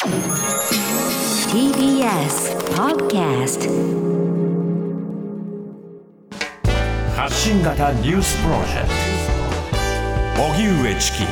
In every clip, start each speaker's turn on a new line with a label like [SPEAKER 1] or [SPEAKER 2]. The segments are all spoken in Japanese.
[SPEAKER 1] TBS Podcast
[SPEAKER 2] 発信型ニュースプロジェクト荻上チキ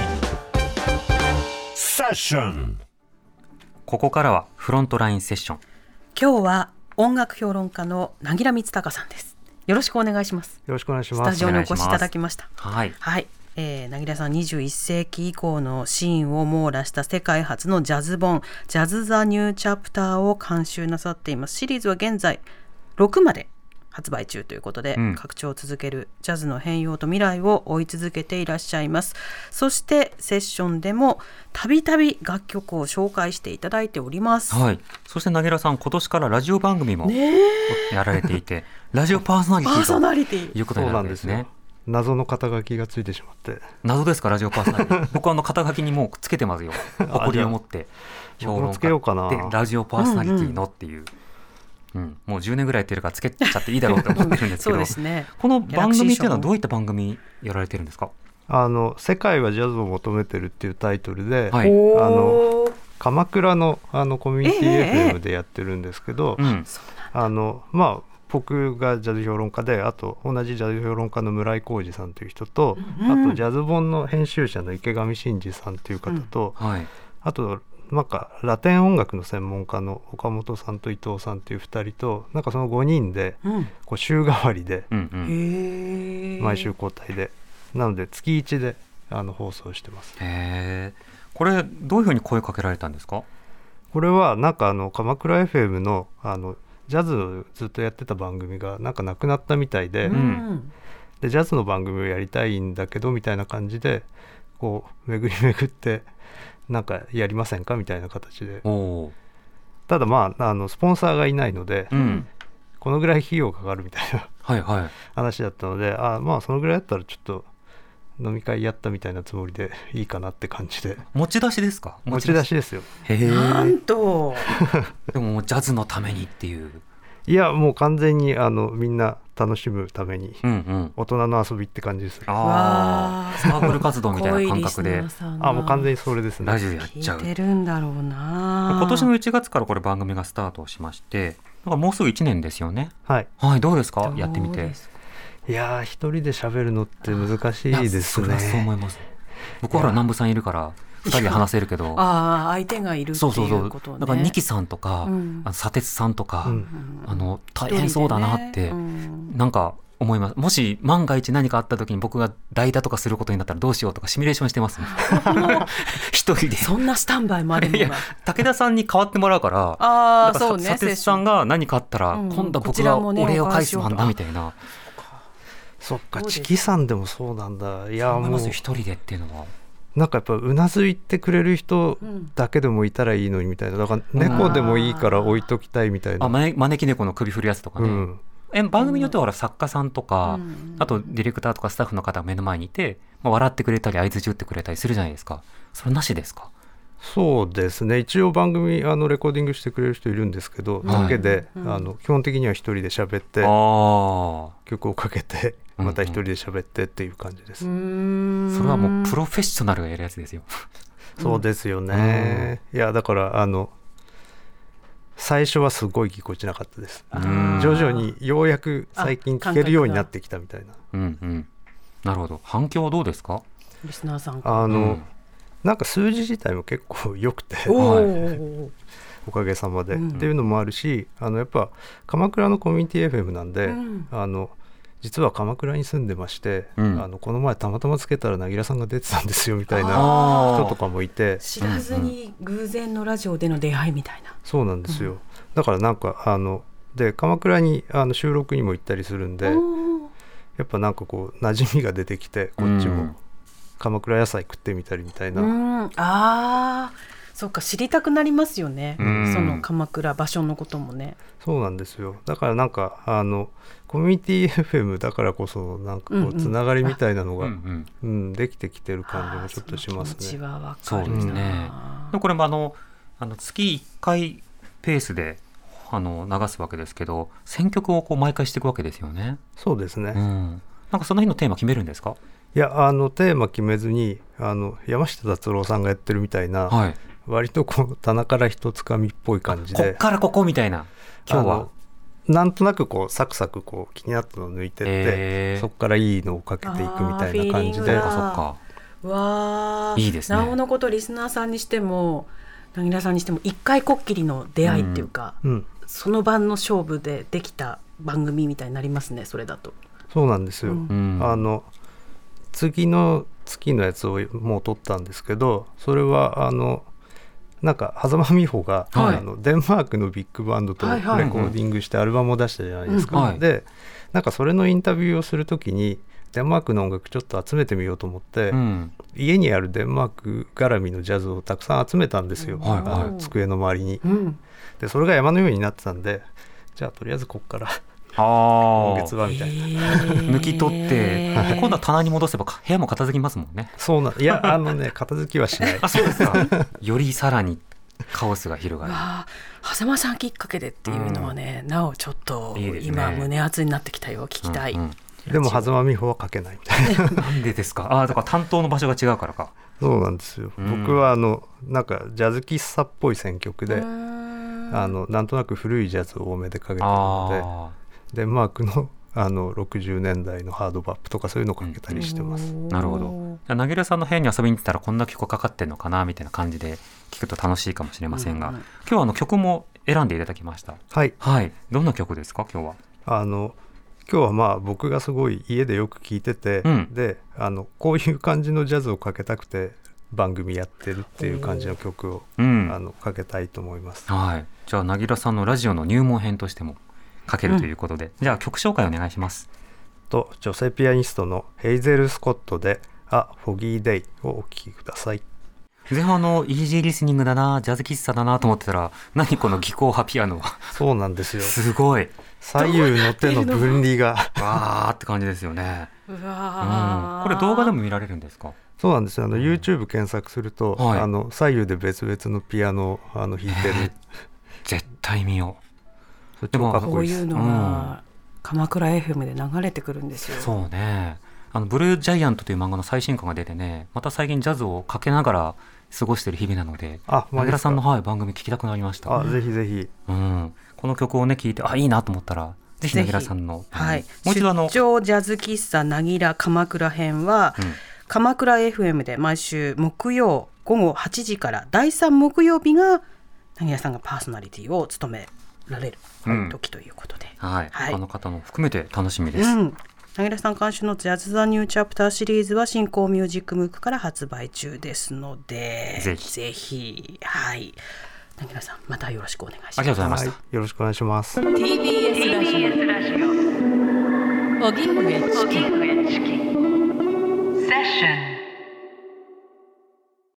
[SPEAKER 2] セッション。
[SPEAKER 3] ここからはフロントラインセッション。
[SPEAKER 4] 今日は音楽評論家の凪良光隆さんです。よろしくお願いします。
[SPEAKER 5] よろしくお願いします。
[SPEAKER 4] スタジオにお越しいただきました。
[SPEAKER 3] はい、
[SPEAKER 4] はい。凪良さん21世紀以降のシーンを網羅した世界初のジャズ本ジャズ・ザ・ニュー・チャプターを監修なさっています。シリーズは現在6まで発売中ということで、拡張を続けるジャズの変容と未来を追い続けていらっしゃいます。そしてセッションでもたびたび楽曲を紹介していただいております。
[SPEAKER 3] はい、そして凪良さん今年からラジオ番組もやられていて、ラジオパーソナリティということになるんですね。
[SPEAKER 5] 謎の肩書きがついてしまって。
[SPEAKER 3] 謎ですか？ラジオパーソナリティ僕は肩書きにもうつけてますよ。誇りを持って評論家でラジオパーソナリティのっていう、もう10年ぐらいやってるからつけちゃっていいだろうと思ってるんですけど
[SPEAKER 4] そうですね。
[SPEAKER 3] この番組っていうのはどういった番組やられてるんですか？
[SPEAKER 5] 世界はジャズを求めてるっていうタイトルで、
[SPEAKER 3] はい、
[SPEAKER 5] 鎌倉のコミュニティ FM でやってるんですけど、僕がジャズ評論家で、あと同じジャズ評論家の村井浩二さんという人と、あとジャズ本の編集者の池上真司さんという方と、あとなんかラテン音楽の専門家の岡本さんと伊藤さんという2人と、なんかその5人でこう週替わりで、毎週交代で、なので月1で放送してます。
[SPEAKER 3] これどういうふうに声かけられたんですか？
[SPEAKER 5] これはなんか鎌倉 FM のジャズをずっとやってた番組がなんかなくなったみたいで、でジャズの番組をやりたいんだけどみたいな感じでこう巡り巡ってなんかやりませんかみたいな形で、ただスポンサーがいないので、このぐらい費用かかるみたいな話だったので、そのぐらいだったらちょっと飲み会やったみたいなつもりでいいかなって感じで。
[SPEAKER 3] 持ち出しですか？
[SPEAKER 5] 持ち出しですよ。
[SPEAKER 4] なんと
[SPEAKER 3] でもジャズのためにっていう。
[SPEAKER 5] いやもう完全にみんな楽しむために、大人の遊びって感じです。
[SPEAKER 3] サークル活動みたいな感覚で
[SPEAKER 5] もう完全にそれですね。
[SPEAKER 3] ラジオやっちゃう。
[SPEAKER 4] 聞いてるんだろうな。
[SPEAKER 3] 今年の1月からこれ番組がスタートしまして、なんかもうすぐ1年ですよね。はい、どうですか？やってみて。
[SPEAKER 5] いや一人で喋るのって難しいですね。
[SPEAKER 3] そう思います。僕は南部さんいるから2人で話せるけど
[SPEAKER 4] 相手がいるっていうことね。
[SPEAKER 3] だから二木さんとか、砂鉄さんとか、大変そうだなって、なんか思います。もし万が一何かあった時に僕が代打とかすることになったらどうしようとかシミュレーションしてますね一人で。そ
[SPEAKER 4] んなスタンバイもあるのが
[SPEAKER 3] 武田さんに代わってもらうから、砂鉄さんが何かあったら、今度は僕がお礼を返す番だみたいな。
[SPEAKER 5] そっか、チキさんでもそうなんだ。いやもう
[SPEAKER 3] 一人でっていうのは
[SPEAKER 5] なんかやっぱうなずいてくれる人だけでもいたらいいのにみたいな。だから猫でもいいから置いときたいみたいな。
[SPEAKER 3] 招き猫の首振るやつとかね、番組によっては作家さんとか、あとディレクターとかスタッフの方が目の前にいて、笑ってくれたり相槌打ってくれたりするじゃないですか。それなしですか？
[SPEAKER 5] そうですね。一応番組レコーディングしてくれる人いるんですけど、だけで基本的には一人で喋って曲をかけてまた一人で喋ってっていう感じです。
[SPEAKER 3] それはもうプロフェッショナルがやるやつですよ
[SPEAKER 5] そうですよね。いやだから最初はすごいぎこちなかったです。徐々にようやく最近聞けるようになってきたみたいな。
[SPEAKER 3] なるほど。反響はどうですか？
[SPEAKER 4] リスナーさんから
[SPEAKER 5] なんか数字自体も結構良くておかげさまで、っていうのもあるし、やっぱ鎌倉のコミュニティ FM なんで、実は鎌倉に住んでまして、この前たまたまつけたら凪良さんが出てたんですよみたいな人とかもいて、
[SPEAKER 4] 知らずに偶然のラジオでの出会いみたいな。
[SPEAKER 5] そうなんですよ。だからなんかで鎌倉に収録にも行ったりするんで、やっぱなんかこう馴染みが出てきて、こっちも鎌倉野菜食ってみたりみたいな。
[SPEAKER 4] そうか、知りたくなりますよね。その鎌倉場所のこともね。
[SPEAKER 5] そうなんですよ。だからなんかコミュニティ FM だからこそなんかこうつながりみたいなのができてきてる感じもちょっとしますね。
[SPEAKER 4] 気持ちはわかるな。
[SPEAKER 3] そうですね。これも月1回ペースで流すわけですけど、選曲をこう毎回していくわけですよね。
[SPEAKER 5] そうですね。
[SPEAKER 3] なんかその日のテーマ決めるんですか？
[SPEAKER 5] いやテーマ決めずに山下達郎さんがやってるみたいな、 割とこう棚から一つかみっぽい感じで、
[SPEAKER 3] こっからここみたいな、今日は
[SPEAKER 5] なんとなくこうサクサクこう気になったのを抜いてって、そこからいいのをかけていくみたいな感じで。
[SPEAKER 4] そっかわ
[SPEAKER 3] いいですね。
[SPEAKER 4] なおのことリスナーさんにしてもなぎらさんにしても一回こっきりの出会いっていうか、その晩の勝負でできた番組みたいになりますね。それだと
[SPEAKER 5] そうなんですよ、次の月のやつをもう撮ったんですけど、それはなんか狭間美穂が、デンマークのビッグバンドとレコーディングしてアルバムを出したじゃないですか、でなんかそれのインタビューをするときにデンマークの音楽ちょっと集めてみようと思って、家にあるデンマーク絡みのジャズをたくさん集めたんですよ、机の周りに、でそれが山のようになってたんで、じゃあとりあえずこっから今月はみたいな
[SPEAKER 3] 抜き取って今度は棚に戻せば部屋も片付きますもんね。
[SPEAKER 5] そうなんいや片付きはしない
[SPEAKER 3] そうですかよりさらにカオスが広がる。
[SPEAKER 4] 狭間さんきっかけでっていうのはね、なおちょっと今胸熱になってきたよ。聞きたい、
[SPEAKER 5] でも狭間美穂は書けないみたいな
[SPEAKER 3] なんでですか。だから担当の場所が違うからか。
[SPEAKER 5] そうなんですよ、僕はなんかジャズ喫茶っぽい選曲でなんとなく古いジャズを多めでかけてるので、デンマークの60年代のハードバップとかそういうのをかけたりしてます。
[SPEAKER 3] なるほど。じゃあなぎらさんの部屋に遊びに行ったらこんな曲かかってんのかなみたいな感じで聞くと楽しいかもしれませんが、今日は曲も選んでいただきました。はい、どんな曲ですか今日は。
[SPEAKER 5] 今日はまあ僕がすごい家でよく聴いてて、でこういう感じのジャズをかけたくて番組やってるっていう感じの曲を、かけたいと思います。
[SPEAKER 3] じゃあなぎらさんのラジオの入門編としてもかけるということで、じゃあ曲紹介お願いします。
[SPEAKER 5] 女性ピアニストのヘイゼル・スコットでA Foggy Dayをお聴きください。
[SPEAKER 3] 前半イージーリスニングだな、ジャズ喫茶だなと思ってたら、何この技巧派ピアノは。
[SPEAKER 5] そうなんですよ。
[SPEAKER 3] すごい
[SPEAKER 5] 左右の手の分離が
[SPEAKER 3] わーって感じですよね。これ動画でも見られるんですか。
[SPEAKER 5] そうなんですよ。YouTube 検索すると、左右で別々のピアノを弾いてる
[SPEAKER 3] 絶対見よう。
[SPEAKER 4] でもこういうのが鎌倉 FM で流れてくるんですよ。
[SPEAKER 3] そうね。ブルージャイアントという漫画の最新刊が出てね、また最近ジャズをかけながら過ごしている日々なので、なぎらさんの、番組聞きたくなりました。
[SPEAKER 5] ぜひぜひ、
[SPEAKER 3] この曲をね聞いていいなと思ったらぜひなぎらさんの、も
[SPEAKER 4] う一度出張ジャズ喫茶なぎら鎌倉編は、鎌倉 FM で毎週木曜午後8時から第3木曜日がなぎらさんがパーソナリティを務められる時ということで、
[SPEAKER 3] 他の方も含めて楽しみです。
[SPEAKER 4] なぎらさん監修のジャズ・ザ・ニューチャプターシリーズは新興ミュージックムックから発売中ですので、ぜひなぎらさんまたよろしくお願いします。
[SPEAKER 3] ありがとうございました。
[SPEAKER 5] よろしくお願いします。
[SPEAKER 1] TBS ラジオ荻上チキセッション